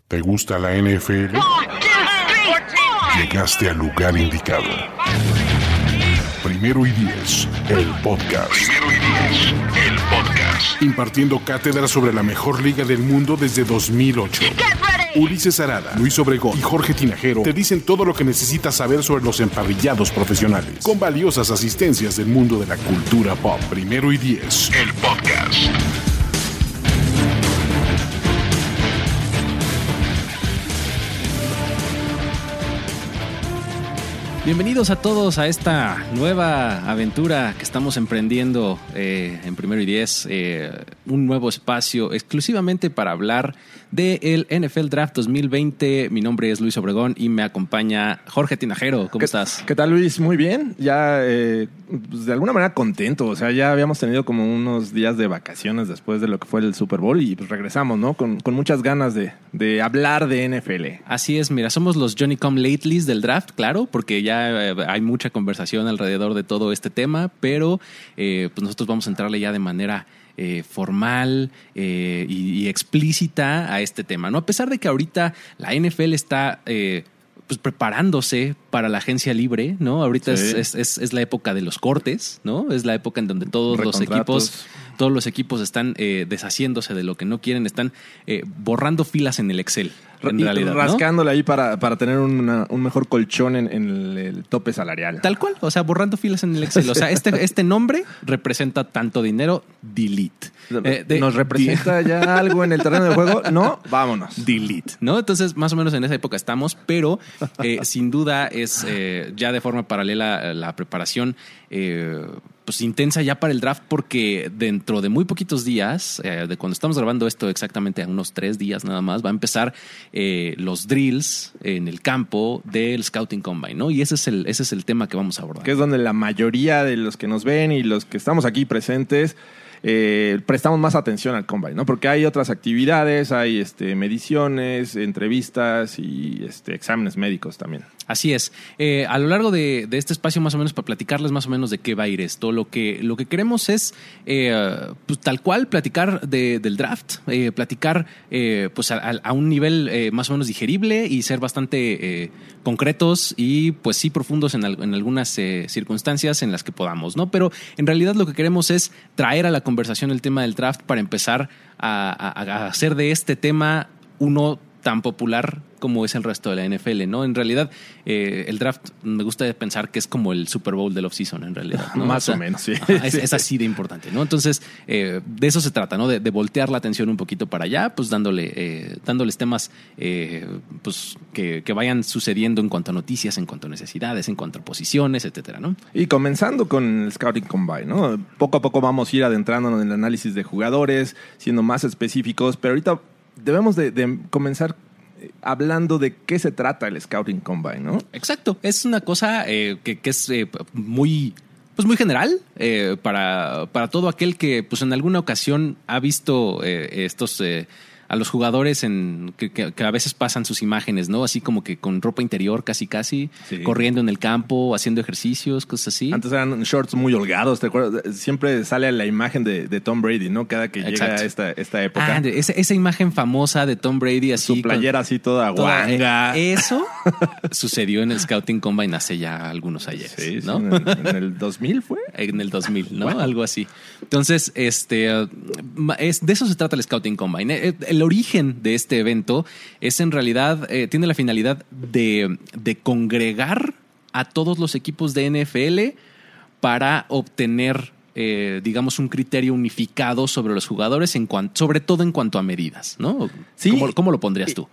¿Te gusta la NFL? Llegaste al lugar indicado. Primero y 10, el podcast. Impartiendo cátedra sobre la mejor liga del mundo desde 2008. Ulises Arada, Luis Obregón y Jorge Tinajero te dicen todo lo que necesitas saber sobre los emparrillados profesionales, con valiosas asistencias del mundo de la cultura pop. Primero y 10, el podcast. Bienvenidos a todos a esta nueva aventura que estamos emprendiendo en Primero y 10, un nuevo espacio exclusivamente para hablar del NFL Draft 2020. Mi nombre es Luis Obregón y me acompaña Jorge Tinajero. ¿Cómo estás? ¿Qué tal, Luis? Muy bien. Ya, pues de alguna manera contento. O sea, ya habíamos tenido como unos días de vacaciones después de lo que fue el Super Bowl y pues regresamos, ¿no? Con muchas ganas de hablar de NFL. Así es, mira, somos los Johnny Come Latelys del draft, claro, porque ya hay mucha conversación alrededor de todo este tema, pero pues nosotros vamos a entrarle ya de manera formal y explícita a este tema, ¿no? A pesar de que ahorita la NFL está pues preparándose para la agencia libre, ¿no? Ahorita sí. es la época de los cortes, ¿no? Es la época en donde todos los equipos están deshaciéndose de lo que no quieren, están borrando filas en el Excel. En realidad, rascándole, ¿no? Ahí para tener un mejor colchón en el tope salarial. Tal cual, o sea, borrando filas en el Excel. O sea, este nombre representa tanto dinero, delete. ¿Nos representa ya algo en el terreno de juego? No, vámonos. Delete, ¿no? Entonces, más o menos en esa época estamos, pero sin duda es ya de forma paralela la preparación pues intensa ya para el draft, porque dentro de muy poquitos días, de cuando estamos grabando esto exactamente a unos 3 días nada más, va a empezar los drills en el campo del Scouting Combine, ¿no? Y ese es el tema que vamos a abordar. Que es donde la mayoría de los que nos ven y los que estamos aquí presentes prestamos más atención al Combine, ¿no? Porque hay otras actividades, hay mediciones, entrevistas y exámenes médicos también. Así es. A lo largo de este espacio, más o menos, para platicarles más o menos de qué va a ir esto, lo que queremos es pues, tal cual platicar del draft, platicar pues a un nivel más o menos digerible y ser bastante concretos y pues sí profundos en algunas circunstancias en las que podamos, ¿no? Pero en realidad lo que queremos es traer a la conversación el tema del draft para empezar a hacer de este tema uno tan popular como es el resto de la NFL, ¿no? En realidad, el draft me gusta pensar que es como el Super Bowl del off-season, en realidad, ¿no? Más o menos, sí. Es así de importante, ¿no? Entonces, de eso se trata, ¿no? De voltear la atención un poquito para allá, pues dándoles temas pues que vayan sucediendo en cuanto a noticias, en cuanto a necesidades, en cuanto a posiciones, etcétera, ¿no? Y comenzando con el Scouting Combine, ¿no? Poco a poco vamos a ir adentrándonos en el análisis de jugadores, siendo más específicos, pero ahorita debemos de comenzar hablando de qué se trata el Scouting Combine, ¿no? Exacto. Es una cosa que es muy general para todo aquel que pues en alguna ocasión ha visto estos a los jugadores que a veces pasan sus imágenes, ¿no? Así como que con ropa interior casi, sí. Corriendo en el campo, haciendo ejercicios, cosas así. Antes eran shorts muy holgados, ¿te acuerdas? Siempre sale la imagen de Tom Brady, ¿no? Cada que llega esta época. Esa imagen famosa de Tom Brady así. Su playera así toda guanga. Eso sucedió en el Scouting Combine hace ya algunos ayeres, sí, ¿no? En el 2000 fue. En el 2000, ¿no? Bueno. Algo así. Entonces, de eso se trata el Scouting Combine. El origen de este evento es en realidad, tiene la finalidad de congregar a todos los equipos de NFL para obtener, digamos, un criterio unificado sobre los jugadores, sobre todo en cuanto a medidas, ¿no? Sí. ¿Cómo lo pondrías tú?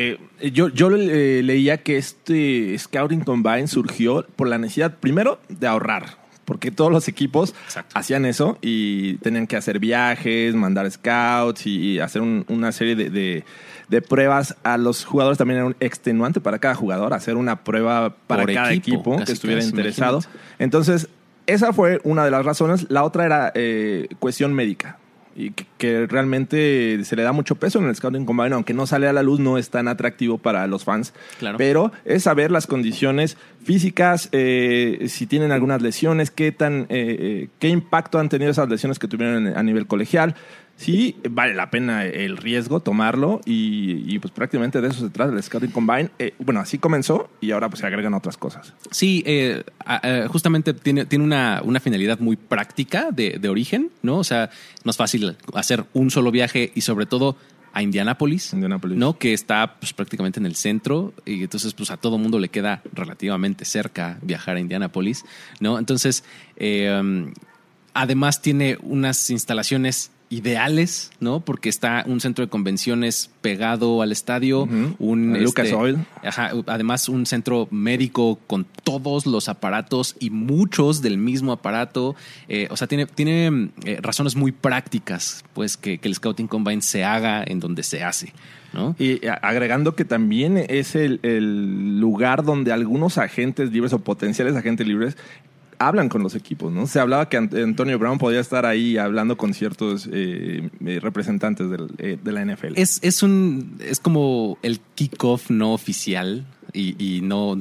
Yo leía que este Scouting Combine surgió por la necesidad, primero, de ahorrar. Porque todos los equipos hacían eso y tenían que hacer viajes, mandar scouts y hacer una serie de pruebas a los jugadores. También era un extenuante para cada jugador, hacer una prueba para cada equipo que estuviera interesado. Imagínate. Entonces, esa fue una de las razones. La otra era cuestión médica. Y que realmente se le da mucho peso en el Scouting Combine, aunque no sale a la luz, no es tan atractivo para los fans. Claro. Pero es saber las condiciones físicas, si tienen algunas lesiones, qué impacto han tenido esas lesiones que tuvieron a nivel colegial, sí vale la pena el riesgo, tomarlo y pues prácticamente de eso se trata el Scouting Combine. Bueno, así comenzó y ahora pues se agregan otras cosas. Sí, justamente tiene una finalidad muy práctica de origen, ¿no? O sea, es más fácil hacer un solo viaje y sobre todo a Indianápolis, ¿no? Que está pues, prácticamente en el centro y entonces pues a todo mundo le queda relativamente cerca viajar a Indianápolis, ¿no? Entonces, además tiene unas instalaciones ideales, ¿no? Porque está un centro de convenciones pegado al estadio, Lucas Oil. Además un centro médico con todos los aparatos y muchos del mismo aparato. O sea, tiene razones muy prácticas, pues, que el Scouting Combine se haga en donde se hace, ¿no? Y agregando que también es el lugar donde algunos agentes libres o potenciales agentes libres hablan con los equipos, ¿no? Se hablaba que Antonio Brown podía estar ahí hablando con ciertos representantes de la NFL. Es como el kickoff no oficial y no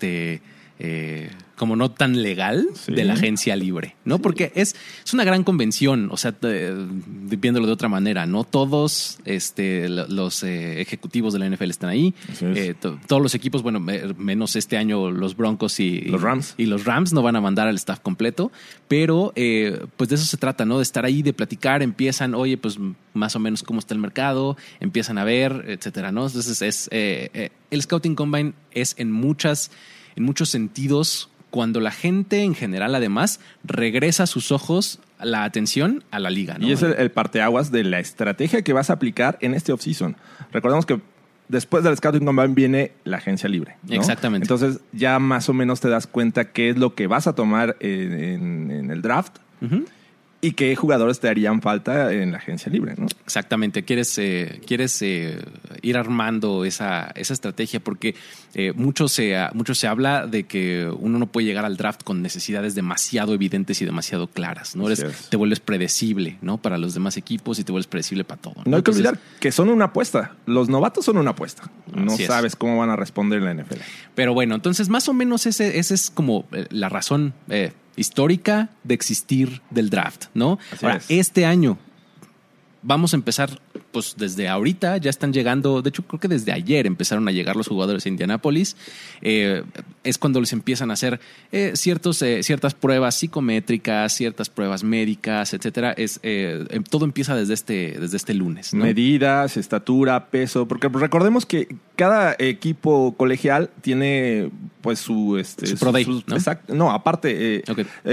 como no tan legal de la agencia libre, ¿no? Sí. Porque es una gran convención, o sea, viéndolo de otra manera, ¿no? Todos los ejecutivos de la NFL están ahí. Todos los equipos, bueno, menos este año los Broncos y los Rams no van a mandar al staff completo, pero pues de eso se trata, ¿no? De estar ahí, de platicar, empiezan, oye, pues más o menos cómo está el mercado, empiezan a ver, etcétera, ¿no? Entonces el Scouting Combine es en muchos sentidos cuando la gente en general además regresa sus ojos, la atención a la liga, ¿no? Y es el parteaguas de la estrategia que vas a aplicar en este offseason. Recordemos que después del Scouting Combine viene la agencia libre, ¿no? Exactamente. Entonces ya más o menos te das cuenta qué es lo que vas a tomar en el draft. Uh-huh. Y qué jugadores te harían falta en la agencia libre, ¿no? Exactamente. Quieres ir armando esa estrategia porque mucho se habla de que uno no puede llegar al draft con necesidades demasiado evidentes y demasiado claras, ¿no? Te vuelves predecible, ¿no? Para los demás equipos y te vuelves predecible para todo, ¿no? No hay que olvidar que son una apuesta. Los novatos son una apuesta. No sabes cómo van a responder en la NFL. Pero bueno, entonces más o menos ese es como la razón histórica de existir del draft, ¿no? Ahora, este año vamos a empezar, pues desde ahorita ya están llegando, de hecho creo que desde ayer empezaron a llegar los jugadores a Indianápolis. Es cuando les empiezan a hacer ciertas pruebas psicométricas, ciertas pruebas médicas, etcétera. Todo empieza desde este lunes, ¿no? Medidas, estatura, peso, porque recordemos que cada equipo colegial tiene pues su Pro Day, ¿no? Exacto, no, aparte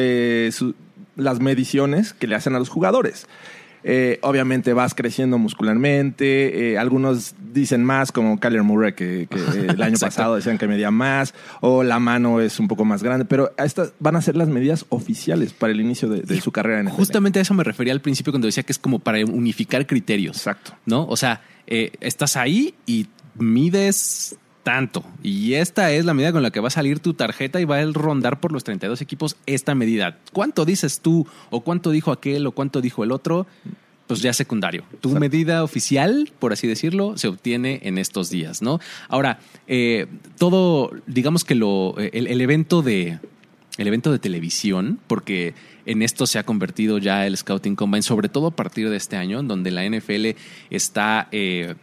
las mediciones que le hacen a los jugadores. Obviamente vas creciendo muscularmente. Algunos dicen más, como Kyler Murray, que el año pasado decían que medía más, o la mano es un poco más grande, pero estas van a ser las medidas oficiales para el inicio de su carrera en NFL. Justamente a eso me refería al principio cuando decía que es como para unificar criterios. Exacto. ¿No? O sea, estás ahí y mides tanto. Y esta es la medida con la que va a salir tu tarjeta y va a rondar por los 32 equipos esta medida. ¿Cuánto dices tú? ¿O cuánto dijo aquel? ¿O cuánto dijo el otro? Pues ya secundario. Tu medida oficial, por así decirlo, se obtiene en estos días, ¿no? Ahora, todo, digamos que el evento de televisión, porque en esto se ha convertido ya el Scouting Combine, sobre todo a partir de este año, en donde la NFL está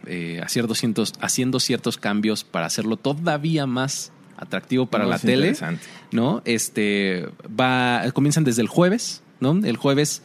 haciendo ciertos cambios para hacerlo todavía más atractivo para la tele, ¿no? Comienzan desde el jueves, ¿no? El jueves,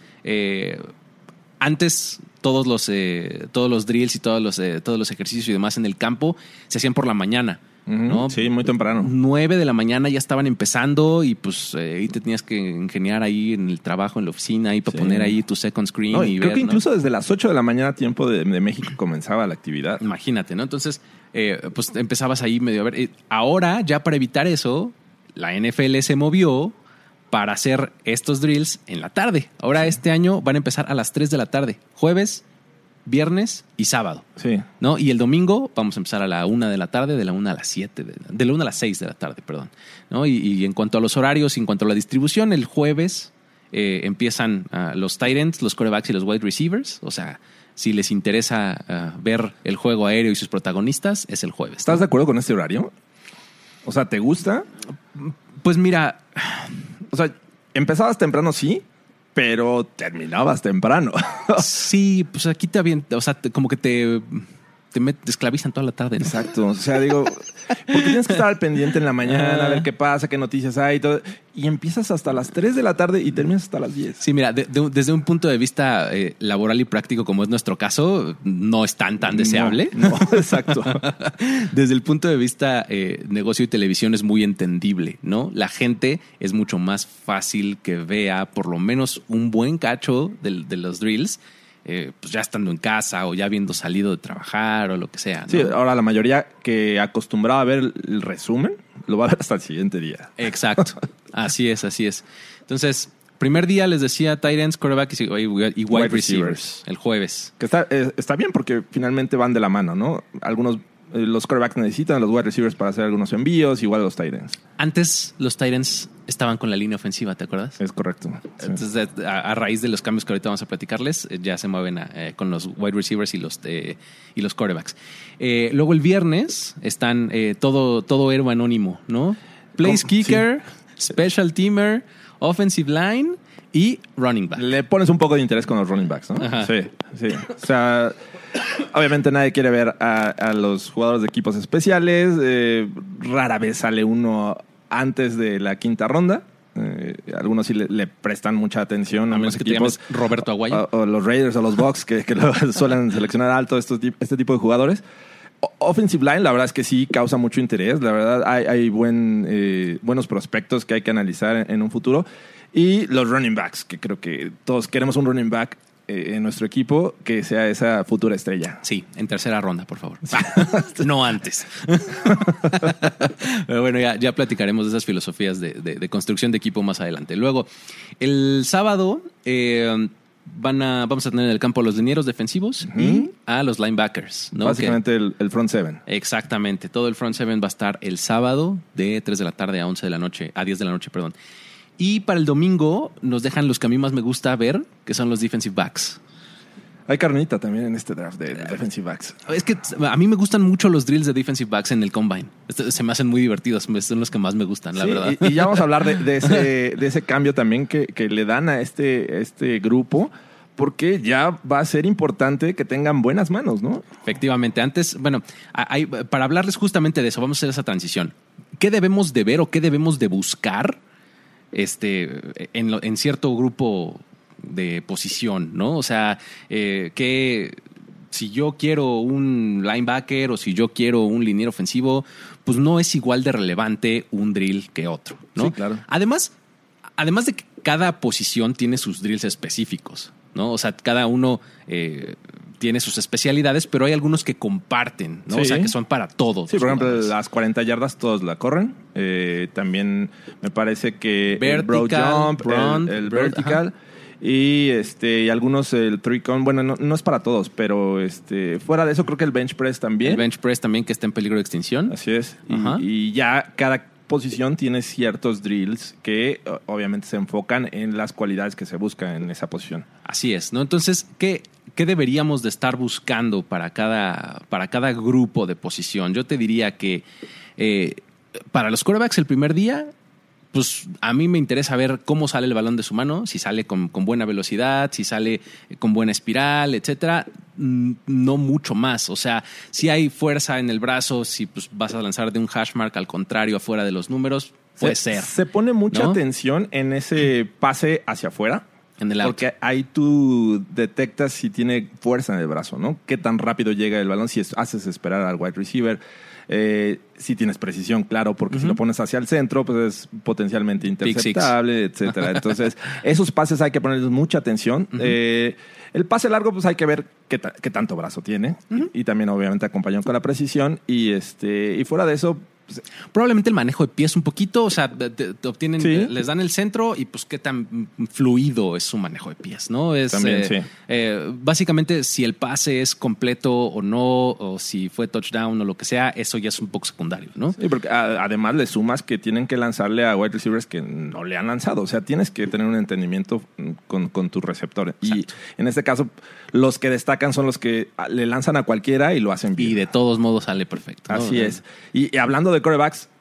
antes todos los drills y todos los ejercicios y demás en el campo se hacían por la mañana, ¿no? Sí, muy temprano. 9 de la mañana ya estaban empezando y pues ahí te tenías que ingeniar ahí en el trabajo, en la oficina, ahí para poner ahí tu second screen. No, y creo que incluso desde las 8 de la mañana, tiempo de México, comenzaba la actividad. Imagínate, ¿no? Entonces, pues empezabas ahí medio a ver. Ahora, ya para evitar eso, la NFL se movió para hacer estos drills en la tarde. Ahora este año van a empezar a las 3 de la tarde, jueves, viernes y sábado. Sí. ¿No? Y el domingo vamos a empezar a la 1 de la tarde, de la 1 a las 7, de la 1 a las 6 de la tarde, perdón. ¿No? Y en cuanto a los horarios, en cuanto a la distribución, el jueves empiezan los tight ends, los quarterbacks y los wide receivers. O sea, si les interesa ver el juego aéreo y sus protagonistas, es el jueves. ¿Estás de acuerdo con este horario? O sea, ¿te gusta? Pues mira, o sea, empezabas temprano, sí, pero terminabas temprano. Sí, pues aquí te avientas, o sea, como que te esclavizan toda la tarde, ¿no? Exacto. O sea, digo, porque tienes que estar al pendiente en la mañana, a ver qué pasa, qué noticias hay y todo. Y empiezas hasta las 3 de la tarde y terminas hasta las 10. Sí, mira, desde un punto de vista laboral y práctico, como es nuestro caso, no es tan deseable. No, exacto. Desde el punto de vista negocio y televisión es muy entendible, ¿no? La gente es mucho más fácil que vea por lo menos un buen cacho de los drills, pues ya estando en casa o ya habiendo salido de trabajar o lo que sea, ¿no? Sí, ahora la mayoría que acostumbraba a ver el resumen lo va a ver hasta el siguiente día. Exacto. Así es. Entonces, primer día les decía tight ends, quarterbacks y wide receivers el jueves. Que está bien porque finalmente van de la mano, ¿no? Algunos los quarterbacks necesitan a los wide receivers para hacer algunos envíos, igual los tight ends. Antes los tight ends estaban con la línea ofensiva, ¿te acuerdas? Es correcto. Sí. Entonces, a raíz de los cambios que ahorita vamos a platicarles, ya se mueven con los wide receivers y los quarterbacks. Luego el viernes están todo héroe anónimo, ¿no? Place kicker, sí. Special teamer, offensive line y running back. Le pones un poco de interés con los running backs, ¿no? Ajá. Sí. O sea, obviamente nadie quiere ver a los jugadores de equipos especiales. Rara vez sale uno antes de la quinta ronda. Algunos sí le prestan mucha atención a menos que equipos, te llames Roberto Aguayo. O los Raiders o los Bucks que suelen seleccionar alto este tipo de jugadores. Offensive line, la verdad es que sí causa mucho interés. La verdad hay buenos prospectos que hay que analizar en un futuro. Y los running backs, que creo que todos queremos un running back en nuestro equipo que sea esa futura estrella. Sí, en tercera ronda, por favor. No antes. Pero bueno, ya platicaremos de esas filosofías de construcción de equipo más adelante. Luego, el sábado vamos a tener en el campo a los linieros defensivos y a los linebackers, ¿no? Básicamente el front seven. Exactamente. Todo el front seven va a estar el sábado de 3 de la tarde a 10 de la noche, perdón. Y para el domingo nos dejan los que a mí más me gusta ver, que son los defensive backs. Hay carnita también en este draft de defensive backs. Es que a mí me gustan mucho los drills de defensive backs en el combine. Se me hacen muy divertidos, son los que más me gustan, la verdad. Y ya vamos a hablar de ese cambio también que le dan a este grupo, porque ya va a ser importante que tengan buenas manos, ¿no? Efectivamente. Antes, bueno, para hablarles justamente de eso, vamos a hacer esa transición. ¿Qué debemos de ver o qué debemos de buscar en cierto grupo de posición, ¿no? O sea, que si yo quiero un linebacker o si yo quiero un liniero ofensivo, pues no es igual de relevante un drill que otro, ¿no? Sí, claro. Además de que cada posición tiene sus drills específicos, ¿no? O sea, cada uno tiene sus especialidades, pero hay algunos que comparten, ¿no? Sí. O sea, que son para todos. Sí, por ejemplo, las 40 yardas todos la corren. También me parece que vertical, el broad jump, el vertical. Ajá. Y algunos el three cone, bueno, no es para todos, pero fuera de eso creo que el bench press también. El bench press también, que está en peligro de extinción. Así es. Y ya cada posición tiene ciertos drills que obviamente se enfocan en las cualidades que se buscan en esa posición. Así es, ¿no? Entonces, ¿qué deberíamos de estar buscando para cada grupo de posición? Yo te diría que para los quarterbacks el primer día, pues a mí me interesa ver cómo sale el balón de su mano, si sale con buena velocidad, si sale con buena espiral, etcétera. No mucho más. O sea, si hay fuerza en el brazo, si pues vas a lanzar de un hash mark al contrario afuera de los números, puede ser. Se pone mucha atención en ese pase hacia afuera. En el out. Porque ahí tú detectas si tiene fuerza en el brazo, ¿no? Qué tan rápido llega el balón, si haces esperar al wide receiver. Si tienes precisión, claro, porque si lo pones hacia el centro, pues es potencialmente interceptable, etcétera. Entonces, esos pases hay que ponerles mucha atención. El pase largo, pues hay que ver qué tanto brazo tiene. Y también, obviamente, acompañado con la precisión. Y fuera de eso, probablemente el manejo de pies un poquito, o sea, te obtienen, ¿sí? Les dan el centro y pues qué tan fluido es su manejo de pies, ¿no? También, sí. Básicamente, si el pase es completo o no, o si fue touchdown o lo que sea, eso ya es un poco secundario, ¿no? Sí, porque además le sumas que tienen que lanzarle a wide receivers que no le han lanzado, o sea, tienes que tener un entendimiento con tus receptores. Exacto. Y en este caso, los que destacan son los que le lanzan a cualquiera y lo hacen bien. Y de todos modos sale perfecto, ¿no? Así es. Y hablando de quarterbacks,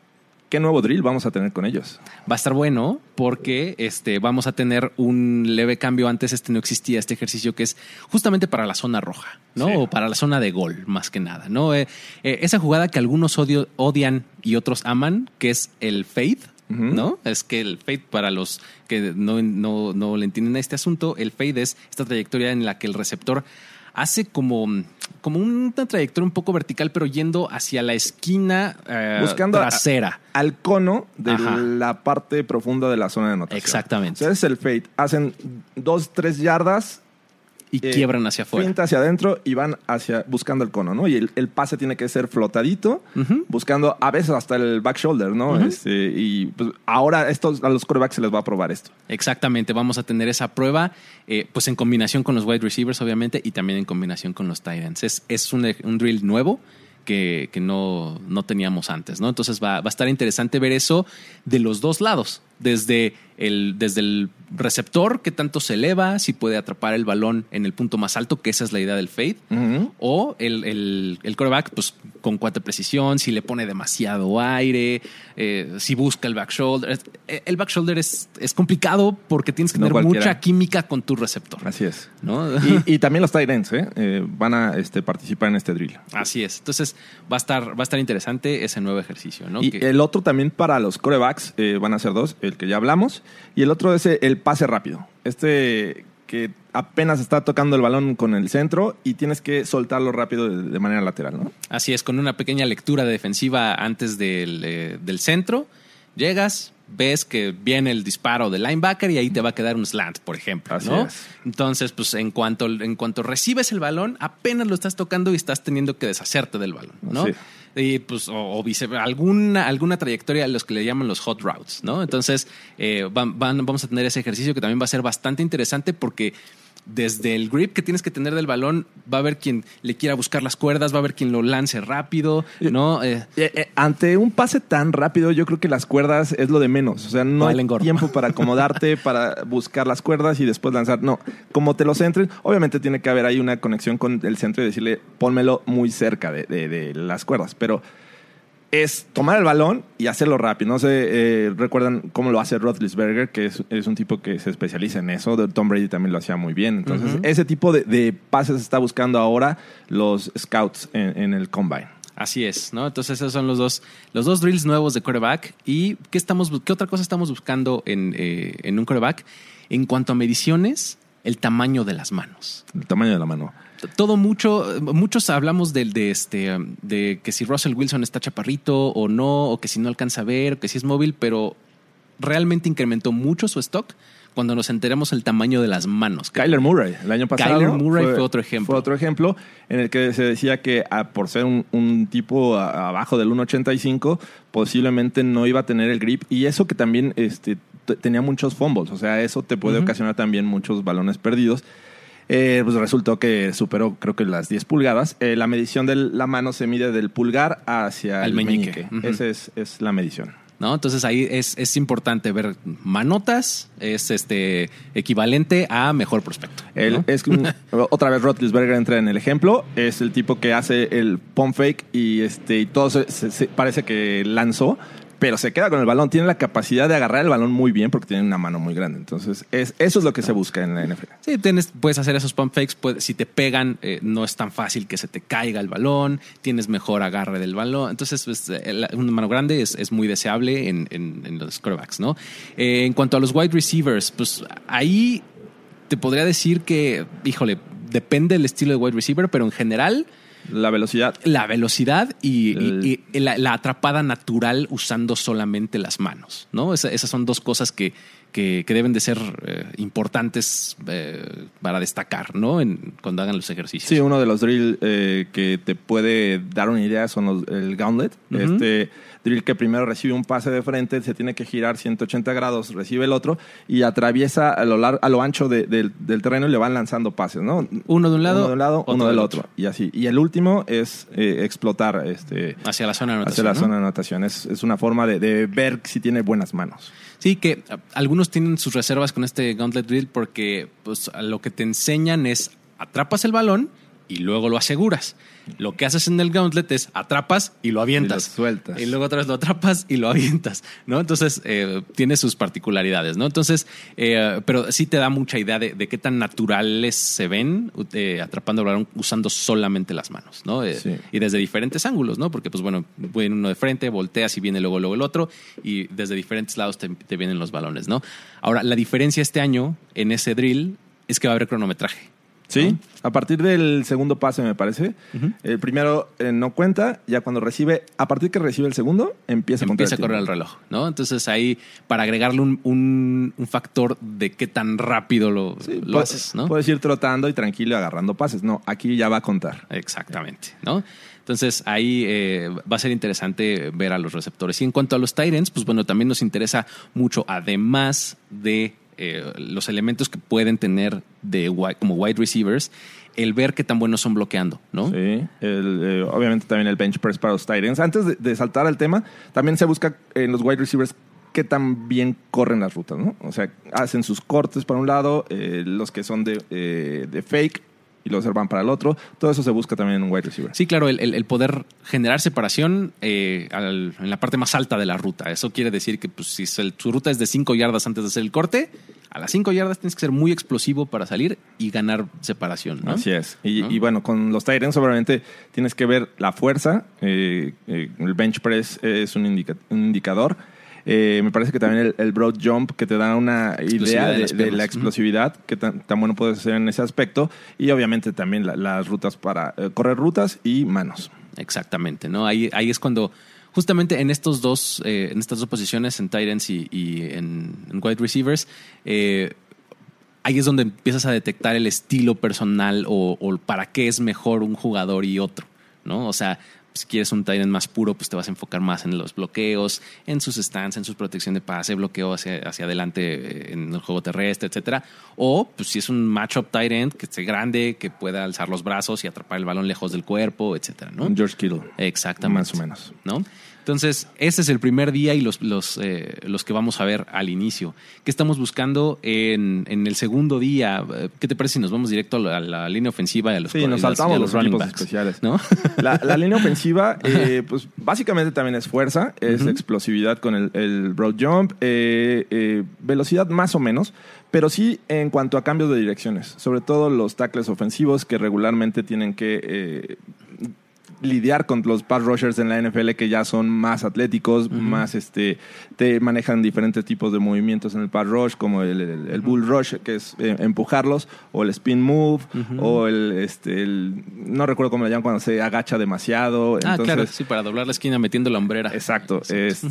¿qué nuevo drill vamos a tener con ellos? Va a estar bueno porque vamos a tener un leve cambio. Antes no existía este ejercicio que es justamente para la zona roja, ¿no? Sí. O para la zona de gol, más que nada, ¿no? Esa jugada que algunos odian y otros aman, que es el fade, ¿no? Es que el fade, para los que no le entienden a este asunto, el fade es esta trayectoria en la que el receptor hace como una trayectoria un poco vertical, pero yendo hacia la esquina buscando trasera. Al cono de la parte profunda de la zona de anotación. Exactamente. O sea, es el fade. Hacen 2-3 yardas y quiebran hacia afuera. Finta hacia adentro y van buscando el cono, ¿no? Y el pase tiene que ser flotadito, buscando a veces hasta el back shoulder, ¿no? Y pues ahora a los quarterbacks se les va a probar esto. Exactamente. Vamos a tener esa prueba, pues en combinación con los wide receivers, obviamente, y también en combinación con los tight ends. Es un drill nuevo que no teníamos antes, ¿no? Entonces va a estar interesante ver eso de los dos lados. Desde el receptor, que tanto se eleva, si puede atrapar el balón en el punto más alto, que esa es la idea del fade, o el quarterback, pues con cuánta precisión, si le pone demasiado aire, si busca el back shoulder. El back shoulder es complicado porque tienes que tener mucha química con tu receptor. Así es, ¿no? y también los tight ends van a participar en este drill. Así es. Entonces va a estar interesante ese nuevo ejercicio, ¿no? Y el otro también para los quarterbacks van a ser dos, el que ya hablamos, y el otro es el pase rápido. Que apenas está tocando el balón con el centro y tienes que soltarlo rápido de manera lateral, ¿no? Así es, con una pequeña lectura defensiva antes del centro, llegas, ves que viene el disparo del linebacker y ahí te va a quedar un slant, por ejemplo, ¿no? Así es. Entonces, pues en cuanto recibes el balón, apenas lo estás tocando y estás teniendo que deshacerte del balón, ¿no? Sí. Y pues o alguna trayectoria a los que le llaman los hot routes, ¿no? Entonces vamos a tener ese ejercicio que también va a ser bastante interesante porque desde el grip que tienes que tener del balón va a haber quien le quiera buscar las cuerdas, va a haber quien lo lance rápido, ¿no? Ante un pase tan rápido, yo creo que las cuerdas es lo de menos. O sea, no hay tiempo para acomodarte, para buscar las cuerdas y después lanzar. No, como te lo centren, obviamente tiene que haber ahí una conexión con el centro y decirle, pónmelo muy cerca de las cuerdas. Pero es tomar el balón y hacerlo rápido. No sé, recuerdan cómo lo hace Roethlisberger, que es un tipo que se especializa en eso. Tom Brady también lo hacía muy bien. Entonces, ese tipo de pases está buscando ahora los scouts en el combine. Así es, ¿no? Entonces esos son los dos drills nuevos de quarterback. ¿Y qué otra cosa estamos buscando en un quarterback? En cuanto a mediciones, el tamaño de las manos. El tamaño de la mano. Muchos hablamos de que si Russell Wilson está chaparrito o no, o que si no alcanza a ver, o que si es móvil, pero realmente incrementó mucho su stock cuando nos enteramos el tamaño de las manos. Kyler Murray, el año pasado. Kyler Murray fue otro ejemplo. Fue otro ejemplo en el que se decía que por ser un tipo abajo del 1.85, posiblemente no iba a tener el grip. Y eso que también tenía muchos fumbles. O sea, eso te puede ocasionar también muchos balones perdidos. Pues resultó que superó, creo que las 10 pulgadas. La medición de la mano se mide del pulgar hacia el meñique. Esa es la medición, ¿no? Entonces ahí es importante ver manotas, es equivalente a mejor prospecto, ¿no? Otra vez Roethlisberger entra en el ejemplo. Es el tipo que hace el pump fake y todo parece que lanzó, pero se queda con el balón. Tiene la capacidad de agarrar el balón muy bien porque tiene una mano muy grande. Entonces, eso es lo que se busca en la NFL. Sí, puedes hacer esos pump fakes. Si te pegan, no es tan fácil que se te caiga el balón. Tienes mejor agarre del balón. Entonces, pues, una mano grande es muy deseable en los quarterbacks, ¿no? En cuanto a los wide receivers, pues ahí te podría decir que, híjole, depende del estilo de wide receiver, pero en general... La velocidad y la atrapada natural usando solamente las manos, ¿no? Esas son dos cosas que deben de ser importantes para destacar, ¿no? Cuando hagan los ejercicios. Sí, uno de los drills que te puede dar una idea son el gauntlet. Drill que primero recibe un pase de frente, se tiene que girar 180 grados, recibe el otro y atraviesa a lo ancho del terreno y le van lanzando pases, ¿no? Uno de un lado, uno del otro. Y así. Y el último es explotar hacia la zona de anotación. Hacia la zona de anotación. Es una forma de ver si tiene buenas manos. Sí, que algunos tienen sus reservas con este gauntlet drill porque pues, lo que te enseñan es atrapas el balón y luego lo aseguras. Lo que haces en el gauntlet es atrapas y lo avientas. Y lo sueltas. Y luego otra vez lo atrapas y lo avientas, ¿no? Entonces, tiene sus particularidades, ¿no? Entonces, pero sí te da mucha idea de qué tan naturales se ven atrapando el balón usando solamente las manos, ¿no? Sí. Y desde diferentes ángulos, ¿no? Porque, pues bueno, viene uno de frente, volteas y viene luego el otro, y desde diferentes lados te vienen los balones, ¿no? Ahora, la diferencia este año en ese drill es que va a haber cronometraje. Sí, ¿no? A partir del segundo pase, me parece. Uh-huh. El primero no cuenta, ya cuando recibe, a partir que recibe el segundo, empieza a correr el reloj, ¿no? Entonces ahí, para agregarle un factor de qué tan rápido lo haces, ¿no? Puedes ir trotando y tranquilo agarrando pases. No, aquí ya va a contar. Exactamente, ¿no? Entonces ahí va a ser interesante ver a los receptores. Y en cuanto a los tight ends, pues bueno, también nos interesa mucho, además de los elementos que pueden tener como wide receivers, el ver qué tan buenos son bloqueando, ¿no? Sí, obviamente también el bench press para los tight ends. Antes de saltar al tema, también se busca en los wide receivers qué tan bien corren las rutas, ¿no? O sea, hacen sus cortes para un lado, los que son de fake y los van para el otro. Todo eso se busca también en un wide receiver. Sí, claro, el poder generar separación en la parte más alta de la ruta. Eso quiere decir que pues, si tu ruta es de 5 yardas antes de hacer el corte, a las 5 yardas tienes que ser muy explosivo para salir y ganar separación, ¿no? Así es. ¿No? Y bueno, con los tight ends obviamente tienes que ver la fuerza. El bench press es un indicador. Me parece que también el broad jump, que te da una idea de la explosividad, que tan bueno puede ser en ese aspecto. Y obviamente también las rutas para correr rutas y manos. Exactamente, ¿no? Ahí es cuando justamente en estas dos posiciones, en tight ends y en wide receivers, ahí es donde empiezas a detectar el estilo personal o para qué es mejor un jugador y otro, ¿no? O sea, si quieres un tight end más puro, pues te vas a enfocar más en los bloqueos, en sus stands, en su protección de pase, bloqueo hacia adelante en el juego terrestre, etcétera. O pues si es un matchup tight end que esté grande, que pueda alzar los brazos y atrapar el balón lejos del cuerpo, etcétera, ¿no? George Kittle. Exactamente. Más o menos. ¿No? Entonces, ese es el primer día y los que vamos a ver al inicio. ¿Qué estamos buscando en el segundo día? ¿Qué te parece si nos vamos directo a la línea ofensiva y a los nos saltamos los running backs especiales, ¿no? La línea ofensiva, pues básicamente también es fuerza, es explosividad con el broad jump, velocidad más o menos, pero sí en cuanto a cambios de direcciones, sobre todo los tackles ofensivos que regularmente tienen que lidiar con los pass rushers en la NFL, que ya son más atléticos, más te manejan diferentes tipos de movimientos en el pass rush, como el bull rush, que es empujarlos, o el spin move, o el no recuerdo cómo le llaman cuando se agacha demasiado. Entonces, claro, sí, para doblar la esquina metiendo la hombrera. Exacto.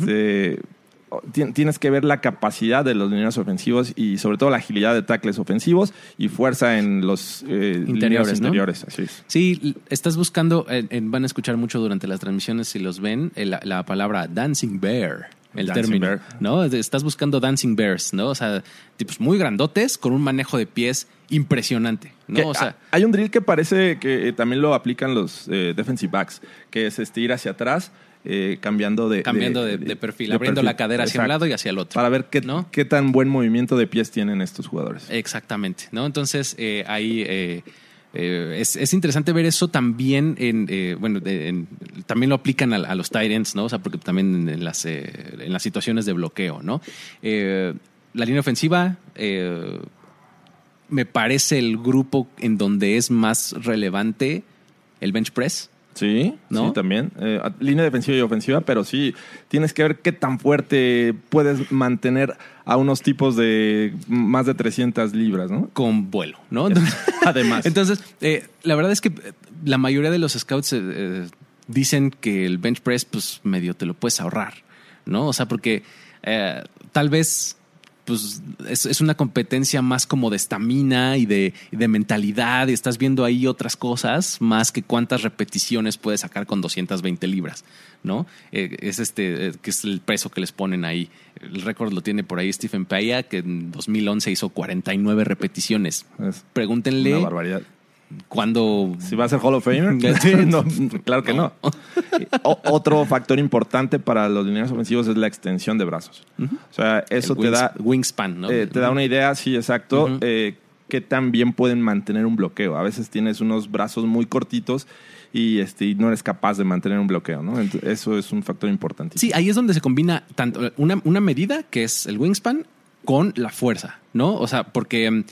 Tienes que ver la capacidad de los lineros ofensivos y sobre todo la agilidad de tackles ofensivos y fuerza en los interiores, ¿no? Así es. Sí, estás buscando, van a escuchar mucho durante las transmisiones si los ven, la palabra dancing bear. El dancing término, bear. ¿no? Estás buscando dancing bears, ¿no? O sea, tipos muy grandotes con un manejo de pies impresionante, ¿no? O sea, hay un drill que parece que también lo aplican los defensive backs, que es ir hacia atrás, cambiando de perfil, abriendo la cadera hacia un lado y hacia el otro. Para ver qué tan buen movimiento de pies tienen estos jugadores. Exactamente, ¿no? Entonces, ahí es interesante ver eso también también lo aplican a los tight ends, ¿no? O sea, porque también en las situaciones de bloqueo, ¿no? La línea ofensiva me parece el grupo en donde es más relevante el bench press. Sí, ¿no? Sí, también. Línea defensiva y ofensiva, pero sí tienes que ver qué tan fuerte puedes mantener a unos tipos de más de 300 libras, ¿no? Con vuelo, ¿no? Entonces, además. Entonces, la verdad es que la mayoría de los scouts dicen que el bench press, pues medio te lo puedes ahorrar, ¿no? O sea, porque tal vez pues es una competencia más como de estamina y de mentalidad, y estás viendo ahí otras cosas más que cuántas repeticiones puedes sacar con 220 libras, ¿no? Es que es el peso que les ponen ahí. El récord lo tiene por ahí Stephen Paya, que en 2011 hizo 49 repeticiones. Pregúntenle. Una barbaridad. ¿Cuándo? ¿Si va a ser Hall of Famer? No, claro que no. Otro factor importante para los lineros ofensivos es la extensión de brazos. O sea, eso te da wingspan, ¿no? Te da una idea, sí, exacto. qué tan bien pueden mantener un bloqueo. A veces tienes unos brazos muy cortitos y no eres capaz de mantener un bloqueo, ¿no? Entonces, eso es un factor importante. Sí, ahí es donde se combina tanto una medida, que es el wingspan, con la fuerza, ¿no? O sea, porque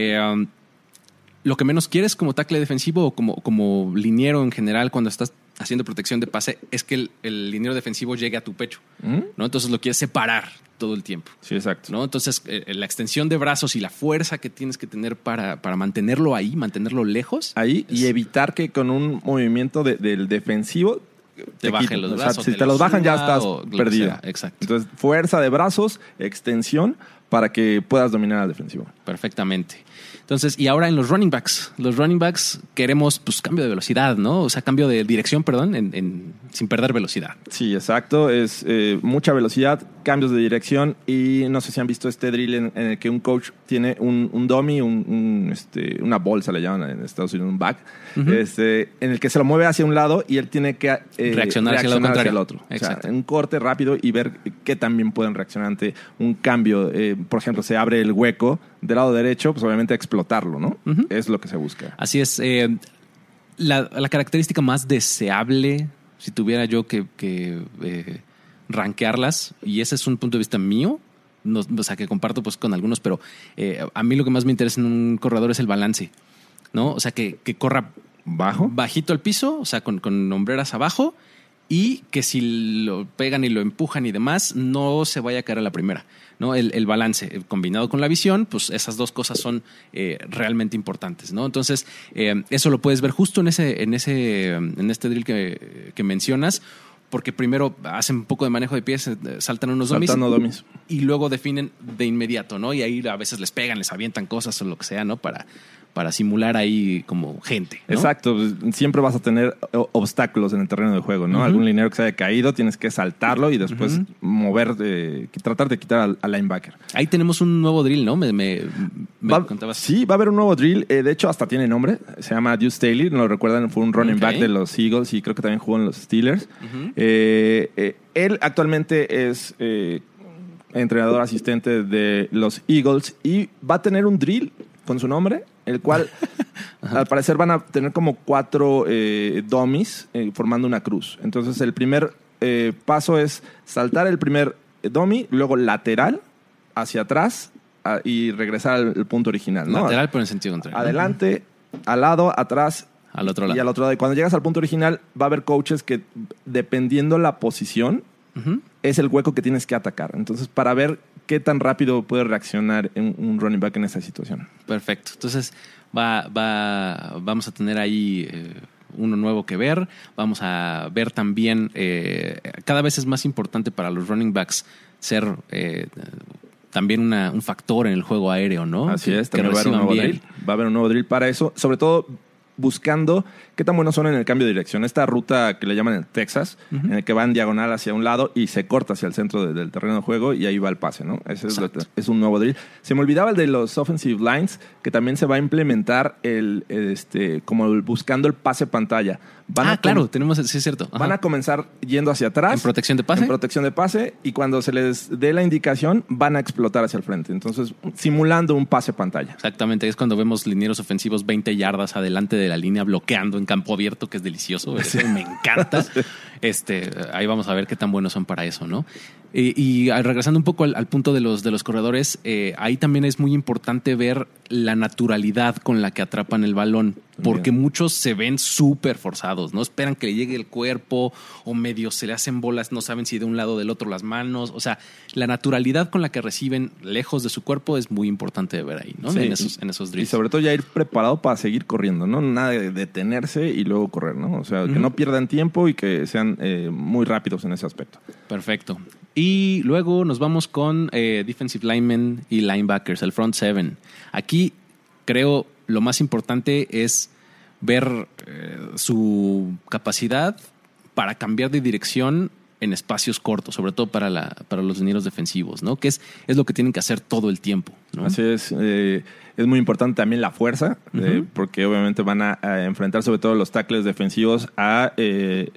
lo que menos quieres como tackle defensivo o como liniero en general cuando estás haciendo protección de pase es que el liniero defensivo llegue a tu pecho, ¿no? Entonces lo quieres separar todo el tiempo. Sí, exacto. ¿No? Entonces la extensión de brazos y la fuerza que tienes que tener para mantenerlo ahí, mantenerlo lejos. Ahí y evitar que con un movimiento del defensivo te bajen los brazos. O sea, si te los bajan ya estás perdido. Exacto. Entonces, fuerza de brazos, extensión para que puedas dominar al defensivo. Perfectamente. Entonces, y ahora en los running backs. Los running backs queremos pues cambio de velocidad, ¿no? O sea, cambio de dirección, perdón, sin perder velocidad. Sí, exacto. Es mucha velocidad, cambios de dirección y no sé si han visto este drill en el que un coach tiene un dummy, una bolsa le llaman en Estados Unidos, un back, en el que se lo mueve hacia un lado y él tiene que reaccionar hacia el otro. Exacto. O sea, un corte rápido y ver qué también pueden reaccionar ante un cambio. Por ejemplo, se abre el hueco del lado derecho, pues obviamente explotarlo, ¿no? Es lo que se busca. Así es. La característica más deseable, si tuviera yo que rankearlas, y ese es un punto de vista mío, no, o sea, que comparto pues con algunos, pero a mí lo que más me interesa en un corredor es el balance, ¿no? O sea, que corra bajito al piso, o sea, con hombreras abajo, y que si lo pegan y lo empujan y demás, no se vaya a caer a la primera, ¿no? El balance combinado con la visión, pues esas dos cosas son realmente importantes, ¿no? Entonces, eso lo puedes ver justo en este drill que mencionas, porque primero hacen un poco de manejo de pies, saltan unos dummies y luego definen de inmediato, ¿no? Y ahí a veces les pegan, les avientan cosas o lo que sea, ¿no? Para simular ahí como gente, ¿no? Exacto. Siempre vas a tener obstáculos en el terreno de juego, ¿no? Algún liniero que se haya caído, tienes que saltarlo y después tratar de quitar al linebacker. Ahí tenemos un nuevo drill, ¿no? Me contabas. Sí, va a haber un nuevo drill. De hecho, hasta tiene nombre. Se llama Deuce Staley. ¿No lo recuerdan? Fue un running back de los Eagles y creo que también jugó en los Steelers. Él actualmente es entrenador asistente de los Eagles y va a tener un drill con su nombre, el cual al parecer van a tener como 4 dummies formando una cruz. Entonces el primer paso es saltar el primer dummy, luego lateral hacia atrás y regresar al punto original, ¿no? Lateral pero en sentido contrario. Adelante, al lado, atrás al otro lado. Y al otro lado. Y cuando llegas al punto original va a haber coaches que dependiendo la posición es el hueco que tienes que atacar. Entonces para ver qué tan rápido puede reaccionar un running back en esa situación. Perfecto. Entonces vamos a tener ahí uno nuevo que ver. Vamos a ver también, cada vez es más importante para los running backs ser también un factor en el juego aéreo, ¿no? Así es, también va a haber un nuevo drill. Va a haber un nuevo drill para eso, sobre todo buscando qué tan buenos son en el cambio de dirección. Esta ruta que le llaman el Texas, en el que van diagonal hacia un lado y se corta hacia el centro del terreno de juego y ahí va el pase, ¿no? Ese es un nuevo drill. Se me olvidaba el de los offensive lines, que también se va a implementar como buscando el pase pantalla. Claro, tenemos, sí es cierto. Van a comenzar yendo hacia atrás. ¿En protección de pase? En protección de pase, y cuando se les dé la indicación, van a explotar hacia el frente. Entonces, simulando un pase pantalla. Exactamente, es cuando vemos linieros ofensivos 20 yardas adelante de la línea bloqueando en campo abierto, que es delicioso. Eso me encanta. Ahí vamos a ver qué tan buenos son para eso, ¿no? Y regresando un poco al punto de los corredores, ahí también es muy importante ver la naturalidad con la que atrapan el balón, porque muchos se ven súper forzados, ¿no? Esperan que le llegue el cuerpo o medio se le hacen bolas, no saben si de un lado o del otro las manos. O sea, la naturalidad con la que reciben lejos de su cuerpo es muy importante de ver ahí, ¿no? Sí. En esos drills. Y sobre todo ya ir preparado para seguir corriendo, ¿no? Nada de detenerse y luego correr, ¿no? O sea, que no pierdan tiempo y que sean muy rápidos en ese aspecto. Perfecto. Y luego nos vamos con defensive linemen y linebackers, el front seven. Aquí creo lo más importante es ver su capacidad para cambiar de dirección en espacios cortos, sobre todo para los linieros defensivos, ¿no? Que es lo que tienen que hacer todo el tiempo, ¿no? Así es. Es muy importante también la fuerza, porque obviamente van a enfrentar sobre todo los tackles defensivos a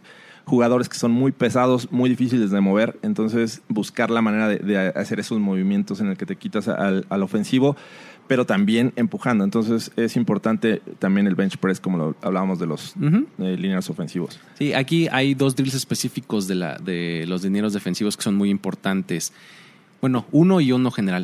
jugadores que son muy pesados, muy difíciles de mover. Entonces, buscar la manera de hacer esos movimientos en el que te quitas al ofensivo, pero también empujando. Entonces, es importante también el bench press, como lo hablábamos de los linieros ofensivos. Sí, aquí hay 2 drills específicos de los linieros defensivos que son muy importantes. Bueno, uno y uno general.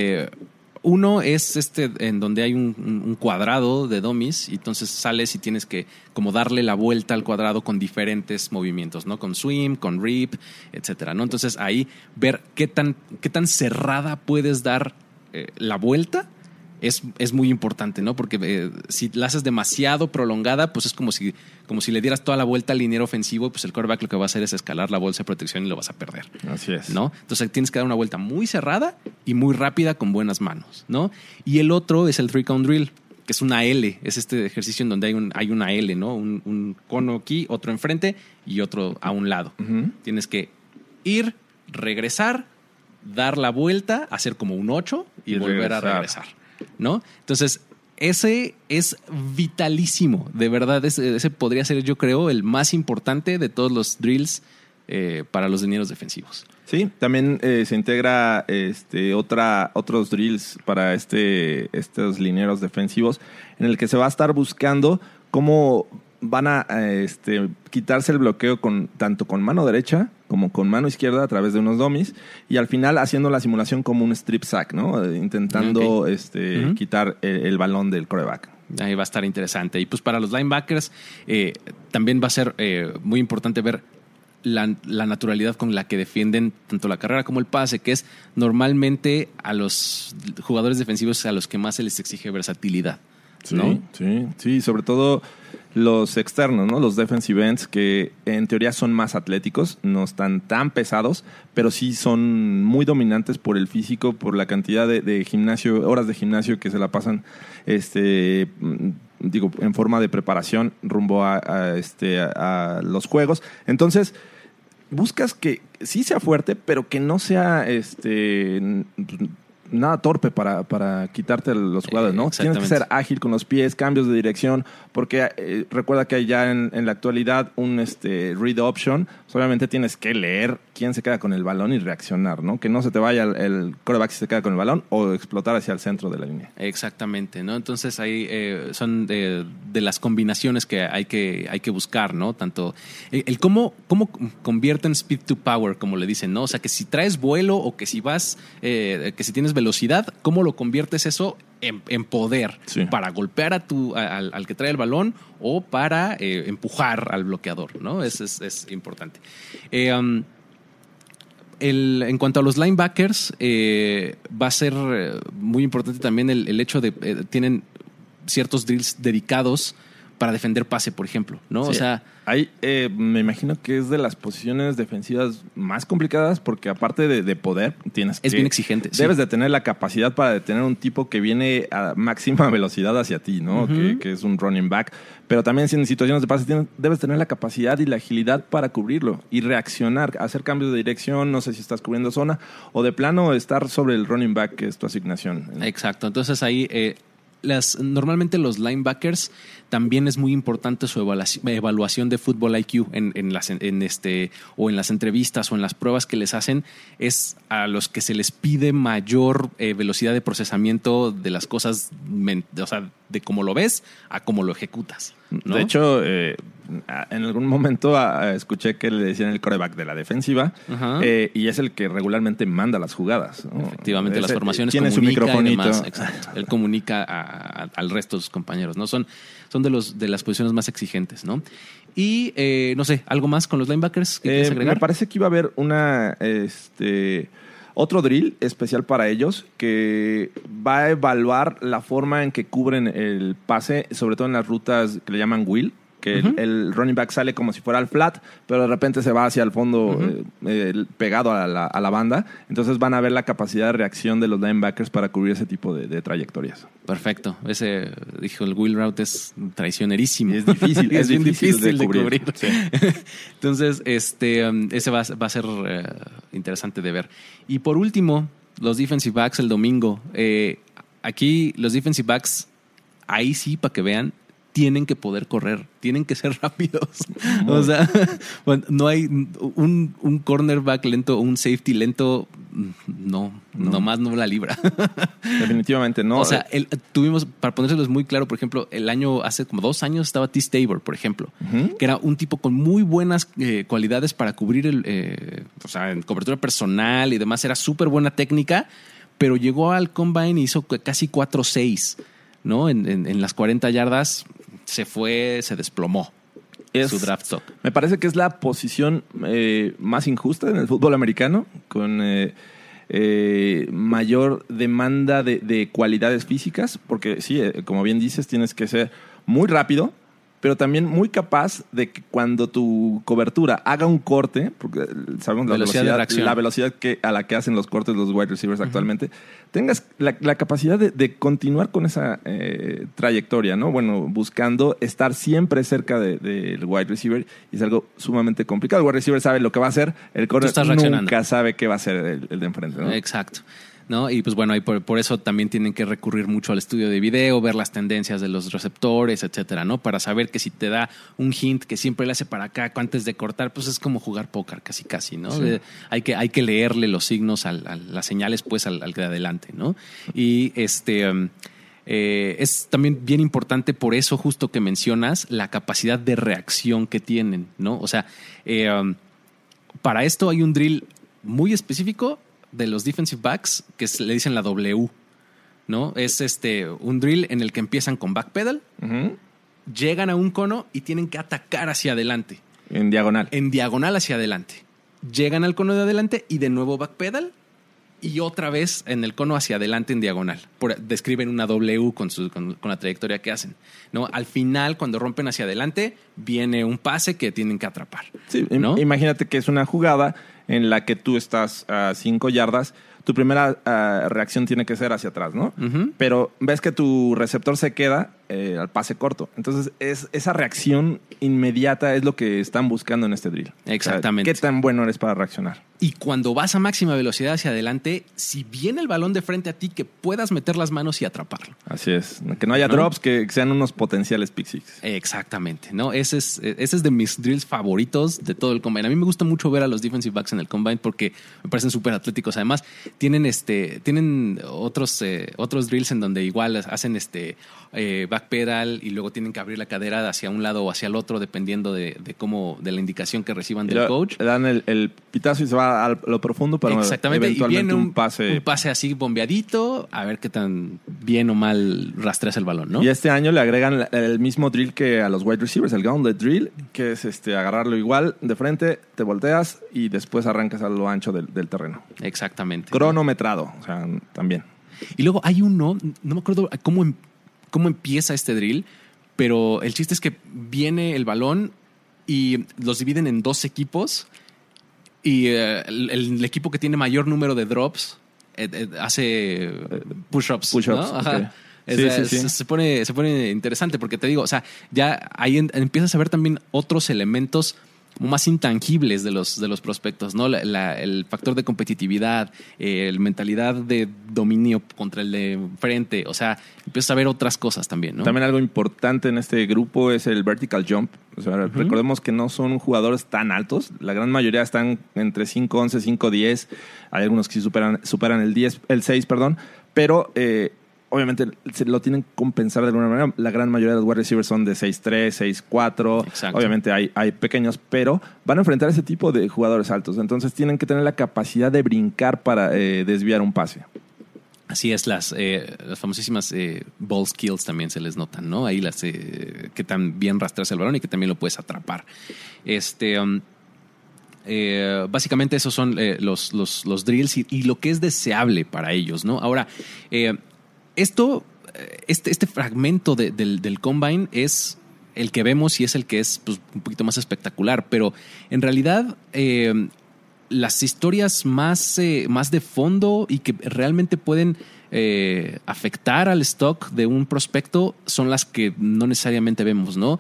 Uno es en donde hay un cuadrado de dummies, y entonces sales y tienes que como darle la vuelta al cuadrado con diferentes movimientos, ¿no? Con swim, con rip, etcétera, ¿no? Entonces ahí ver qué tan cerrada puedes dar la vuelta es muy importante, ¿no? Porque si la haces demasiado prolongada, pues es como si le dieras toda la vuelta al liniero ofensivo, pues el quarterback lo que va a hacer es escalar la bolsa de protección y lo vas a perder. Así es. ¿No? Entonces tienes que dar una vuelta muy cerrada y muy rápida con buenas manos, ¿no? Y el otro es el 3-count drill, que es una L. Es este ejercicio en donde hay una L, ¿no? Un cono aquí, otro enfrente y otro a un lado. Uh-huh. Tienes que ir, regresar, dar la vuelta, hacer como un 8 y volver a regresar, ¿no? Entonces, ese es vitalísimo. De verdad, ese podría ser, yo creo, el más importante de todos los drills para los linieros defensivos. Sí, también se integra otros drills para estos linieros defensivos, en el que se va a estar buscando cómo van a quitarse el bloqueo tanto con mano derecha como con mano izquierda a través de unos dummies, y al final haciendo la simulación como un strip sack, ¿no? Intentando quitar el balón del quarterback. Ahí va a estar interesante. Y pues para los linebackers también va a ser muy importante ver la naturalidad con la que defienden tanto la carrera como el pase, que es normalmente a los jugadores defensivos a los que más se les exige versatilidad, ¿no? Sí, sobre todo los externos, ¿no? Los defensive ends, que en teoría son más atléticos, no están tan pesados, pero sí son muy dominantes por el físico, por la cantidad de gimnasio, horas de gimnasio que se la pasan en forma de preparación rumbo a los juegos. Entonces, buscas que sí sea fuerte, pero que no sea nada torpe para quitarte los jugadores, ¿no? Tienes que ser ágil con los pies, cambios de dirección, porque recuerda que hay ya en la actualidad un read option. Solamente tienes que leer quién se queda con el balón y reaccionar, ¿no? Que no se te vaya el quarterback si se queda con el balón, o explotar hacia el centro de la línea. Exactamente, ¿no? Entonces ahí son de las combinaciones que hay que buscar, ¿no? Tanto el cómo convierten speed to power, como le dicen, ¿no? O sea, que si traes vuelo o que si vas, que si tienes velocidad, ¿cómo lo conviertes eso en poder? Sí. Para golpear al que trae el balón o para empujar al bloqueador, ¿no? Es importante. En cuanto a los linebackers, va a ser muy importante también el hecho de tienen ciertos drills dedicados para defender pase, por ejemplo, ¿no? Sí. O sea, me imagino que es de las posiciones defensivas más complicadas, porque aparte de poder, es bien exigente. Debes de tener la capacidad para detener un tipo que viene a máxima velocidad hacia ti, ¿no? Uh-huh. Que es un running back. Pero también si en situaciones de pase debes tener la capacidad y la agilidad para cubrirlo y reaccionar, hacer cambios de dirección, no sé si estás cubriendo zona, o de plano estar sobre el running back, que es tu asignación. Exacto. Entonces ahí normalmente los linebackers también es muy importante su evaluación de fútbol IQ en las entrevistas o en las pruebas que les hacen. Es a los que se les pide mayor velocidad de procesamiento de las cosas, o sea, de cómo lo ves a cómo lo ejecutas, ¿no? De hecho, en algún momento escuché que le decían el quarterback de la defensiva, y es el que regularmente manda las jugadas, ¿no? Efectivamente, las formaciones tiene su microfonito. Exacto. Él comunica al resto de sus compañeros, ¿no? Son de las posiciones más exigentes, ¿no? Y no sé, ¿algo más con los linebackers que quieres agregar? Me parece que iba a haber otro drill especial para ellos, que va a evaluar la forma en que cubren el pase, sobre todo en las rutas que le llaman wheel, que el running back sale como si fuera al flat, pero de repente se va hacia el fondo, pegado a la banda. Entonces van a ver la capacidad de reacción de los linebackers para cubrir ese tipo de trayectorias. Perfecto. El wheel route es traicionerísimo. Es difícil, es bien difícil de cubrir. Sí. Entonces, ese va a ser interesante de ver. Y por último, los defensive backs el domingo. Aquí los defensive backs, ahí sí, para que vean, tienen que poder correr, tienen que ser rápidos. O sea, bueno, no hay un cornerback lento, un safety lento, nomás no la libra. Definitivamente no. O sea, tuvimos, para ponérselos muy claro, por ejemplo, hace como 2 años estaba T. Tabor, por ejemplo, que era un tipo con muy buenas cualidades para cubrir o sea, en cobertura personal y demás, era súper buena técnica, pero llegó al Combine y hizo casi 4.6, ¿no? En las 40 yardas se desplomó su draft stock. Me parece que es la posición más injusta en el fútbol americano, con mayor demanda de cualidades físicas, porque sí, como bien dices, tienes que ser muy rápido, pero también muy capaz de que cuando tu cobertura haga un corte, porque sabemos la velocidad a la que hacen los cortes los wide receivers actualmente, tengas la capacidad de continuar con esa trayectoria, ¿no? Bueno, buscando estar siempre cerca del wide receiver, y es algo sumamente complicado. El wide receiver sabe lo que va a hacer, el corner nunca sabe qué va a hacer el de enfrente, ¿no? Exacto. ¿No? Y pues bueno, y por eso también tienen que recurrir mucho al estudio de video, ver las tendencias de los receptores, etcétera, ¿no? Para saber que si te da un hint que siempre le hace para acá antes de cortar, pues es como jugar póker casi, ¿no? Sí. Hay que leerle los signos, las señales, pues al de adelante, ¿no? Y es también bien importante por eso justo que mencionas la capacidad de reacción que tienen, ¿no? O sea, para esto hay un drill muy específico de los defensive backs que le dicen la W, ¿no? Es un drill en el que empiezan con backpedal, llegan a un cono y tienen que atacar hacia adelante. En diagonal. En diagonal hacia adelante. Llegan al cono de adelante y de nuevo backpedal y otra vez en el cono hacia adelante en diagonal. Describen una W con la trayectoria que hacen, ¿no? Al final, cuando rompen hacia adelante, viene un pase que tienen que atrapar. Sí, ¿no? Imagínate que es una jugada en la que tú estás a 5 yardas, tu primera reacción tiene que ser hacia atrás, ¿no? Pero ves que tu receptor se queda al pase corto. Entonces, esa reacción inmediata es lo que están buscando en este drill. Exactamente. O sea, ¿qué tan bueno eres para reaccionar? Y cuando vas a máxima velocidad hacia adelante, si viene el balón de frente a ti, que puedas meter las manos y atraparlo. Así es. Que no haya drops, que sean unos potenciales pick six. Exactamente, ¿no? Ese es de mis drills favoritos de todo el Combine. A mí me gusta mucho ver a los defensive backs en el Combine porque me parecen súper atléticos. Además, tienen otros drills en donde igual hacen backpedal y luego tienen que abrir la cadera hacia un lado o hacia el otro dependiendo de la indicación que reciban del coach. Dan el pitazo y se va a lo profundo para eventualmente y viene un pase así bombeadito a ver qué tan bien o mal rastreas el balón, ¿no? Y este año le agregan el mismo drill que a los wide receivers, el gauntlet drill, que es agarrarlo igual de frente, te volteas y después arrancas a lo ancho del terreno. Exactamente. Cronometrado, o sea, también. Y luego hay uno, no me acuerdo cómo empieza este drill, pero el chiste es que viene el balón y los dividen en 2 equipos y el equipo que tiene mayor número de drops hace push-ups. Push-ups, ¿no? Ajá. Okay. Sí. Se pone interesante porque te digo, o sea, ya ahí empiezas a ver también otros elementos más intangibles de los prospectos, ¿no? El factor de competitividad, la mentalidad de dominio contra el de frente, o sea, empiezas a ver otras cosas también, ¿no? También algo importante en este grupo es el vertical jump. O sea, recordemos que no son jugadores tan altos, la gran mayoría están entre 5'11", 5'10", hay algunos que sí superan el 6, pero obviamente se lo tienen que compensar de alguna manera. La gran mayoría de los wide receivers son de 6'3", 6'4". Exacto. Obviamente hay pequeños, pero van a enfrentar ese tipo de jugadores altos. Entonces tienen que tener la capacidad de brincar para desviar un pase. Así es, las famosísimas ball skills también se les notan, ¿no? Ahí que tan bien rastreas el balón y que también lo puedes atrapar. Básicamente esos son los drills y lo que es deseable para ellos, ¿no? Ahora, este fragmento del Combine es el que vemos y es el que es pues, un poquito más espectacular, pero en realidad las historias más de fondo y que realmente pueden afectar al stock de un prospecto son las que no necesariamente vemos, ¿no?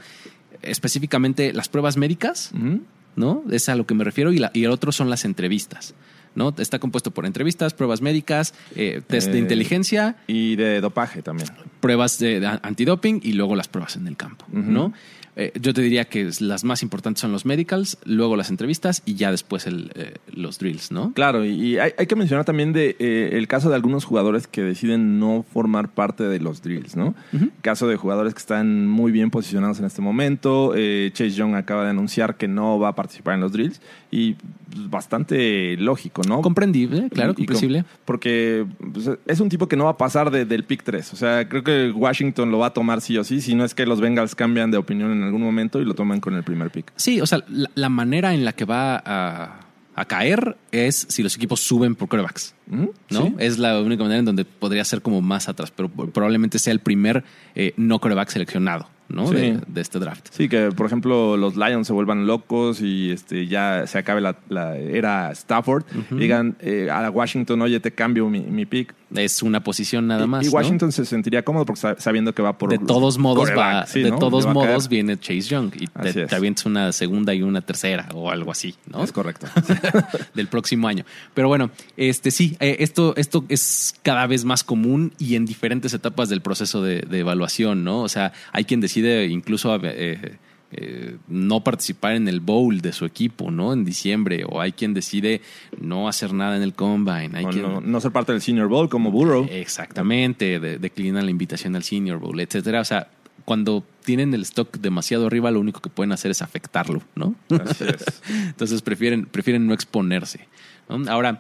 Específicamente las pruebas médicas, ¿no? Es a lo que me refiero, y el otro son las entrevistas, ¿no? Está compuesto por entrevistas, pruebas médicas, test de inteligencia. Y de dopaje también. Pruebas de antidoping y luego las pruebas en el campo, ¿no? Yo te diría que las más importantes son los medicals, luego las entrevistas y ya después los drills, ¿no? Claro, y hay que mencionar también el caso de algunos jugadores que deciden no formar parte de los drills, ¿no? Caso de jugadores que están muy bien posicionados en este momento. Chase Young acaba de anunciar que no va a participar en los drills y bastante lógico, ¿no? Comprendible, claro, comprensible. Porque pues, es un tipo que no va a pasar del pick 3. O sea, creo que Washington lo va a tomar sí o sí, si no es que los Bengals cambian de opinión en algún momento y lo toman con el primer pick. Sí, o sea, la manera en la que va a caer es si los equipos suben por quarterbacks, ¿no? Sí. Es la única manera en donde podría ser como más atrás, pero probablemente sea el primer no quarterback seleccionado, ¿no? Sí. De este draft. Sí, que por ejemplo los Lions se vuelvan locos y ya se acabe la era Stafford. Digan a Washington, oye, te cambio mi pick. Es una posición nada más. Y Washington, ¿no?, se sentiría cómodo porque sabiendo que va por de todos modos sí, de ¿no? todos modos viene Chase Young y te avientas una segunda y una tercera o algo así, ¿no? Es correcto. Del próximo año. Pero bueno, sí, esto es cada vez más común y en diferentes etapas del proceso de evaluación, ¿no? O sea, hay quien decide incluso no participar en el bowl de su equipo, ¿no? En diciembre, o hay quien decide no hacer nada en el combine. No ser parte del Senior Bowl como Burrow. Exactamente, declinan la invitación al Senior Bowl, etcétera. O sea, cuando tienen el stock demasiado arriba, lo único que pueden hacer es afectarlo, ¿no? Así es. Entonces prefieren no exponerse, ¿no? Ahora,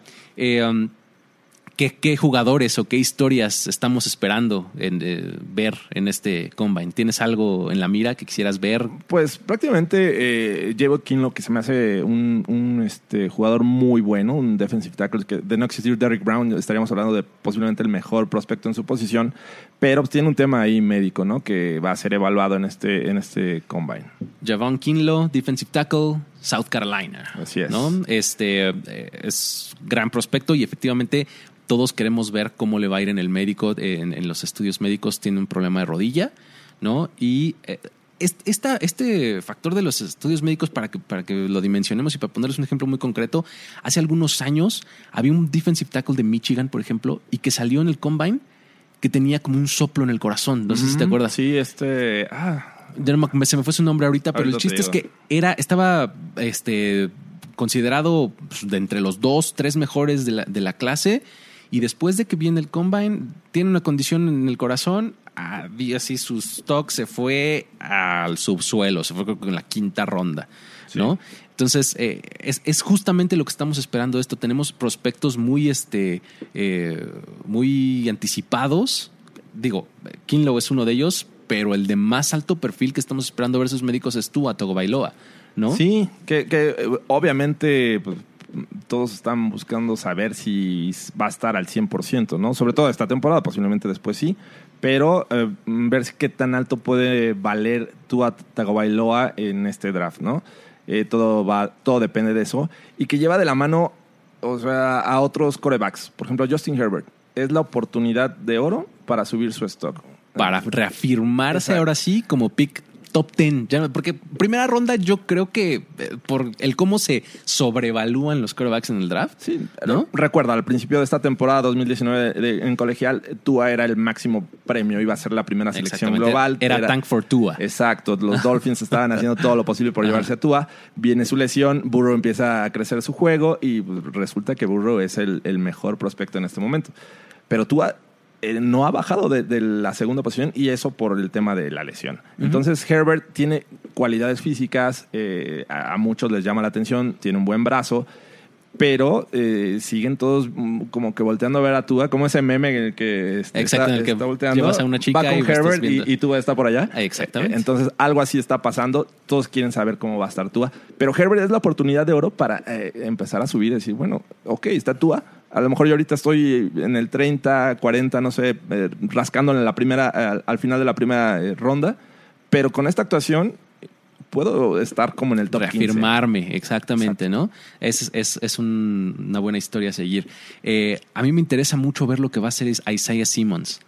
¿qué jugadores o qué historias estamos esperando ver en este Combine? ¿Tienes algo en la mira que quisieras ver? Pues prácticamente Jayvon Kinlaw, que se me hace un jugador muy bueno, un defensive tackle, que de no existir Derrick Brown estaríamos hablando de posiblemente el mejor prospecto en su posición, pero pues, tiene un tema ahí médico, ¿no?, que va a ser evaluado en este Combine. Jayvon Kinlaw, defensive tackle, South Carolina. Así es. ¿No? Es gran prospecto y efectivamente todos queremos ver cómo le va a ir en el médico, en los estudios médicos. Tiene un problema de rodilla, ¿no? Y este factor de los estudios médicos, para que lo dimensionemos y para ponerles un ejemplo muy concreto, hace algunos años había un defensive tackle de Michigan, por ejemplo, y que salió en el Combine que tenía como un soplo en el corazón. No sé si te acuerdas. Sí, se me fue su nombre ahorita, pero el chiste es que estaba considerado de entre los 2-3 mejores de la clase. Y después de que viene el Combine, tiene una condición en el corazón, así su stock se fue al subsuelo, se fue creo que en la 5ª ronda, ¿no? Sí. Entonces, es justamente lo que estamos esperando esto. Tenemos prospectos muy anticipados. Digo, Kinlaw es uno de ellos, pero el de más alto perfil que estamos esperando ver sus médicos es Tua Tagovailoa, ¿no? Sí, que obviamente pues, todos están buscando saber si va a estar al 100%, ¿no? Sobre todo esta temporada, posiblemente después sí, pero ver qué tan alto puede valer Tua Tagovailoa en este draft, ¿no? Todo depende de eso, y que lleva de la mano, o sea, a otros quarterbacks. Por ejemplo, Justin Herbert es la oportunidad de oro para subir su stock, para reafirmarse ahora sí como pick top 10, porque primera ronda yo creo que por el cómo se sobrevalúan los quarterbacks en el draft. Sí, ¿no? Recuerda, al principio de esta temporada 2019 en colegial, Tua era el máximo premio, iba a ser la primera selección global. Era tank for Tua. Exacto, los Dolphins estaban haciendo todo lo posible por llevarse a Tua. Viene su lesión, Burrow empieza a crecer su juego y resulta que Burrow es el mejor prospecto en este momento. Pero Tua no ha bajado de la segunda posición, y eso por el tema de la lesión. Entonces Herbert tiene cualidades físicas, a muchos les llama la atención, tiene un buen brazo, pero siguen todos como que volteando a ver a Tua, como ese meme que está volteando. Llevas a una chica, va con Herbert y Tua está por allá. Exactamente. Entonces algo así está pasando, todos quieren saber cómo va a estar Tua, pero Herbert es la oportunidad de oro para empezar a subir y decir, bueno, ok, está Tua. A lo mejor yo ahorita estoy en el 30, 40, no sé, rascándole al final de la primera ronda, pero con esta actuación puedo estar como en el top 15. Reafirmarme, exactamente. Exacto. ¿No? Es una buena historia a seguir. A mí me interesa mucho ver lo que va a hacer Isaiah Simmons.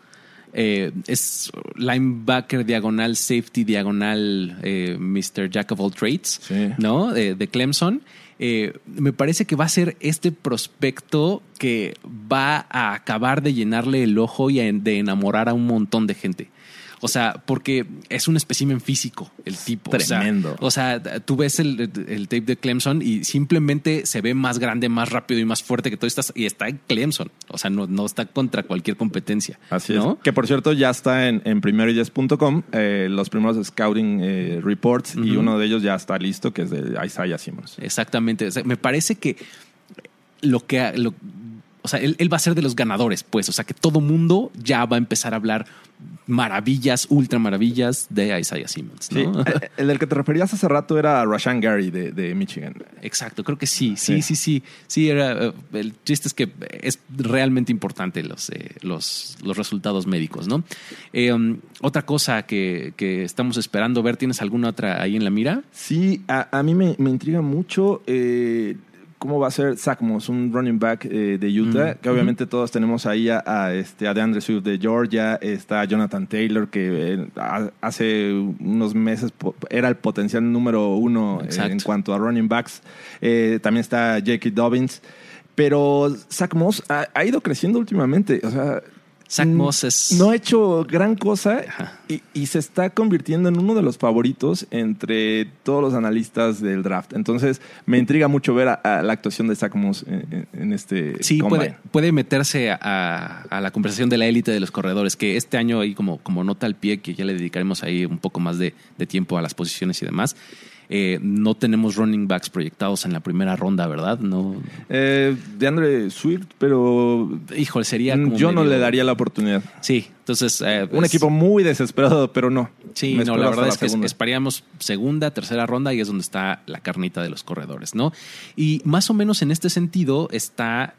Es linebacker diagonal, safety diagonal, Mr. Jack of all trades, sí. ¿No? De Clemson. Me parece que va a ser este prospecto que va a acabar de llenarle el ojo y de enamorar a un montón de gente. O sea, porque es un espécimen físico el tipo. Tremendo. O sea, tú ves el tape de Clemson y simplemente se ve más grande, más rápido y más fuerte que todo. Y está en Clemson. O sea, no está contra cualquier competencia. Así ¿no? es. Que por cierto ya está en primeroyes.com los primeros scouting reports y uno de ellos ya está listo, que es de Isaiah Simmons. Exactamente. O sea, me parece que o sea, él va a ser de los ganadores, pues. O sea, que todo mundo ya va a empezar a hablar maravillas, ultra maravillas de Isaiah Simmons, ¿no? Sí, el del que te referías hace rato era Rashan Gary de Michigan. Exacto, creo que sí. Sí, era, el chiste es que es realmente importante los resultados médicos, ¿no? Otra cosa que estamos esperando ver, ¿tienes alguna otra ahí en la mira? Sí, a mí me intriga mucho cómo va a ser Zach Moss, un running back de Utah, que obviamente todos tenemos ahí a DeAndre Swift de Georgia, está Jonathan Taylor, que hace unos meses era el potencial número 1 en cuanto a running backs. También está J.K. Dobbins. Pero Zach Moss ha ido creciendo últimamente. O sea, Zach Moss no ha hecho gran cosa y se está convirtiendo en uno de los favoritos entre todos los analistas del draft. Entonces me intriga mucho ver a la actuación de Zach Moss en este combine. Puede meterse a la conversación de la élite de los corredores, que este año ahí como nota al pie, que ya le dedicaremos ahí un poco más de tiempo a las posiciones y demás. No tenemos running backs proyectados en la primera ronda, ¿verdad? No. DeAndre Swift, pero híjole, sería como yo no le daría la oportunidad. Sí, entonces un equipo muy desesperado, pero no. Sí, no, la verdad es que esperaríamos segunda, tercera ronda y es donde está la carnita de los corredores, ¿no? Y más o menos en este sentido está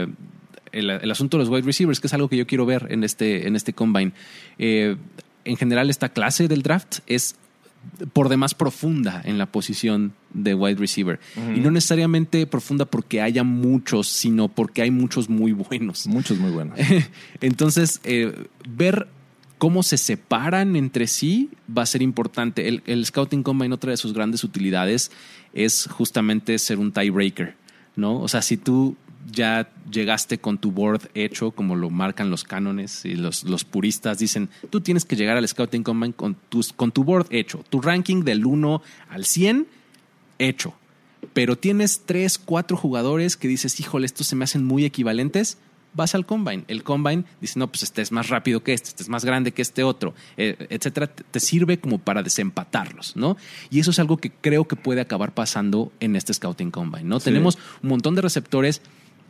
el asunto de los wide receivers, que es algo que yo quiero ver en este combine. En general, esta clase del draft es por demás profunda en la posición de wide receiver. Y no necesariamente profunda porque haya muchos, sino porque hay muchos muy buenos. Muchos muy buenos. Entonces, ver cómo se separan entre sí va a ser importante. El Scouting Combine, otra de sus grandes utilidades es justamente ser un tiebreaker, ¿no? O sea, si tú ya llegaste con tu board hecho, como lo marcan los cánones y los puristas dicen, tú tienes que llegar al Scouting Combine con tu board hecho, tu ranking del 1 al 100 hecho, pero tienes 3, 4 jugadores que dices, híjole, estos se me hacen muy equivalentes, vas al Combine. El Combine dice, no, pues este es más rápido que este es más grande que este otro, etcétera. Te sirve como para desempatarlos, ¿no? Y eso es algo que creo que puede acabar pasando en este Scouting Combine, ¿no? Sí. Tenemos un montón de receptores,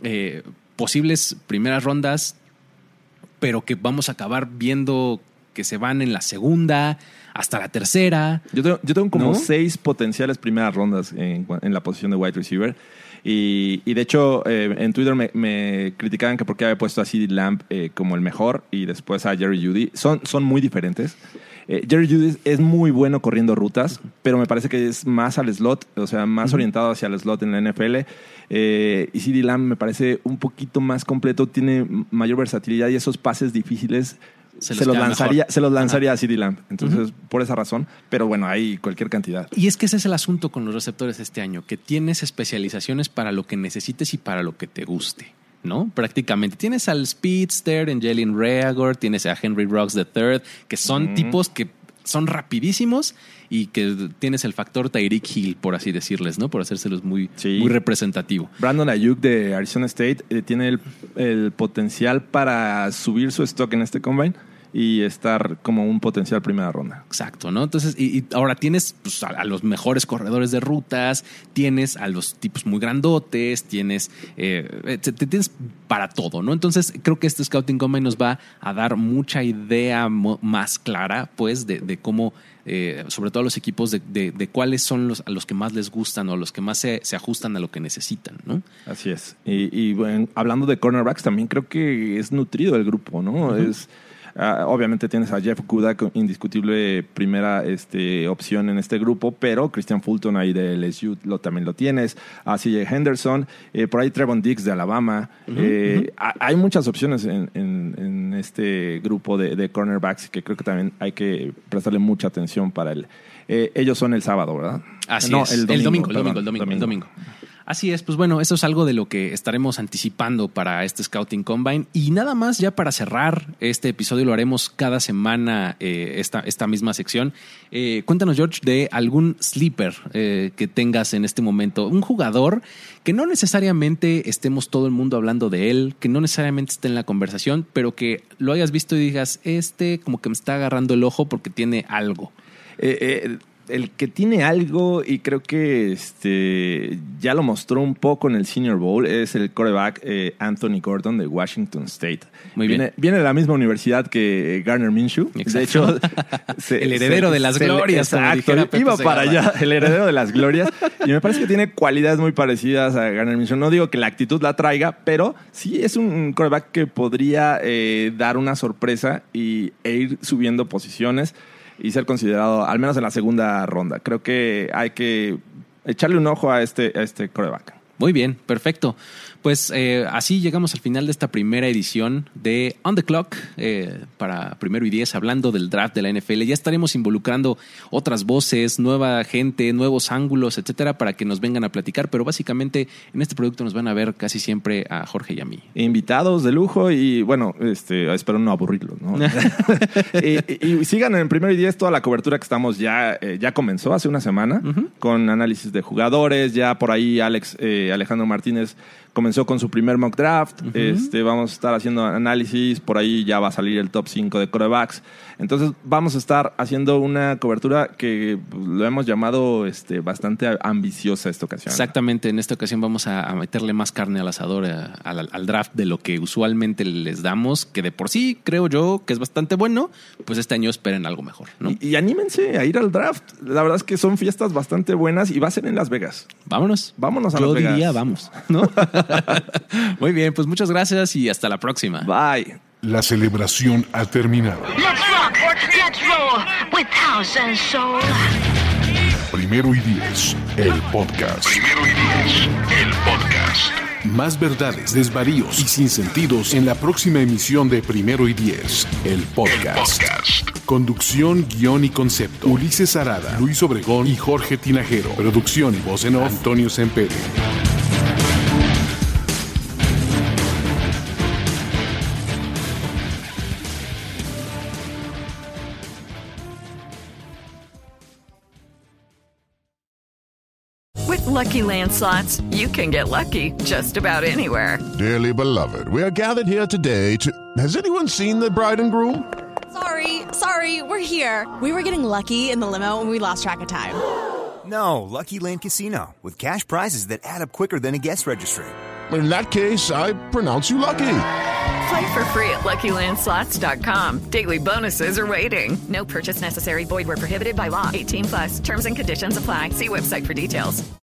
posibles primeras rondas, pero que vamos a acabar viendo que se van en la segunda hasta la tercera. Yo tengo como 6 potenciales primeras rondas en la posición de wide receiver. Y de hecho, en Twitter me criticaban que por qué había puesto a CeeDee Lamb como el mejor y después a Jerry Jeudy. Son muy diferentes. Jerry Jeudy es muy bueno corriendo rutas, pero me parece que es más al slot, o sea, más orientado hacia el slot en la NFL. Y CeeDee Lamb me parece un poquito más completo, tiene mayor versatilidad y esos pases difíciles se los lanzaría a CeeDee Lamb. Entonces, por esa razón. Pero bueno, hay cualquier cantidad. Y es que ese es el asunto con los receptores este año, que tienes especializaciones para lo que necesites y para lo que te guste, ¿no? Prácticamente. Tienes al Speedster en Jalen Reagor, tienes a Henry Ruggs III, que son tipos que son rapidísimos y que tienes el factor Tyreek Hill, por así decirles, ¿no? Por hacérselos muy representativo. Brandon Ayuk de Arizona State tiene el potencial para subir su stock en este combine y estar como un potencial primera ronda. Exacto, ¿no? Entonces, y ahora tienes pues, a los mejores corredores de rutas, tienes a los tipos muy grandotes, tienes para todo, ¿no? Entonces, creo que este Scouting Combine nos va a dar mucha idea más clara, pues, de cómo, sobre todo a los equipos, de cuáles son a los que más les gustan o a los que más se ajustan a lo que necesitan, ¿no? Así es. Y bueno, hablando de cornerbacks, también creo que es nutrido el grupo, ¿no? Obviamente tienes a Jeff Okudah, indiscutible primera opción en este grupo, pero Christian Fulton ahí de LSU también lo tienes. A CJ Henderson, por ahí Trevon Diggs de Alabama. Hay muchas opciones en este grupo de cornerbacks que creo que también hay que prestarle mucha atención para él. Ellos son el sábado, ¿verdad? Así es. El domingo. Así es, pues bueno, eso es algo de lo que estaremos anticipando para este Scouting Combine. Y nada más, ya para cerrar este episodio, lo haremos cada semana, esta misma sección. Cuéntanos, George, de algún sleeper que tengas en este momento. Un jugador que no necesariamente estemos todo el mundo hablando de él, que no necesariamente esté en la conversación, pero que lo hayas visto y digas, como que me está agarrando el ojo porque tiene algo. El que tiene algo, y creo que ya lo mostró un poco en el Senior Bowl, es el quarterback Anthony Gordon de Washington State. Muy bien. Viene de la misma universidad que Gardner Minshew. Exacto. De hecho, el heredero de las glorias. Exacto, iba para allá, el heredero de las glorias. Y me parece que tiene cualidades muy parecidas a Gardner Minshew. No digo que la actitud la traiga, pero sí es un quarterback que podría dar una sorpresa e ir subiendo posiciones y ser considerado, al menos en la segunda ronda. Creo que hay que echarle un ojo a este quarterback. Muy bien, perfecto. Pues así llegamos al final de esta primera edición de On the Clock para 1 y 10, hablando del draft de la NFL. Ya estaremos involucrando otras voces, nueva gente, nuevos ángulos, etcétera, para que nos vengan a platicar. Pero básicamente en este producto nos van a ver casi siempre a Jorge y a mí. Invitados de lujo y bueno, espero no aburrirlos, ¿no? y sigan en 1 y 10 toda la cobertura que estamos ya comenzó hace una semana con análisis de jugadores. Ya por ahí Alejandro Martínez comenzó con su primer mock draft. Vamos a estar haciendo análisis. Por ahí ya va a salir el top 5 de quarterbacks. Entonces vamos a estar haciendo una cobertura que lo hemos llamado bastante ambiciosa esta ocasión. Exactamente. En esta ocasión vamos a meterle más carne al asador al draft de lo que usualmente les damos, que de por sí creo yo que es bastante bueno. Pues este año esperen algo mejor, ¿no? Y anímense a ir al draft. La verdad es que son fiestas bastante buenas y va a ser en Las Vegas. Vámonos a Las Vegas. Yo diría vamos, ¿no? Muy bien, pues muchas gracias y hasta la próxima. Bye. La celebración ha terminado. Let's rock, let's roll with house and soul. 1 y 10, el podcast. 1 y 10, el podcast. Más verdades, desvaríos y sinsentidos en la próxima emisión de 1 y 10, el podcast. Conducción, guión y concepto: Ulises Arada, Luis Obregón y Jorge Tinajero. Producción y voz en off: Antonio Sempere. With Lucky Land Slots, you can get lucky just about anywhere. Dearly beloved, we are gathered here today to... Has anyone seen the bride and groom? Sorry, we're here. We were getting lucky in the limo and we lost track of time. No, Lucky Land Casino, with cash prizes that add up quicker than a guest registry. In that case, I pronounce you lucky. Play for free at LuckyLandSlots.com. Daily bonuses are waiting. No purchase necessary. Void where prohibited by law. 18+. Terms and conditions apply. See website for details.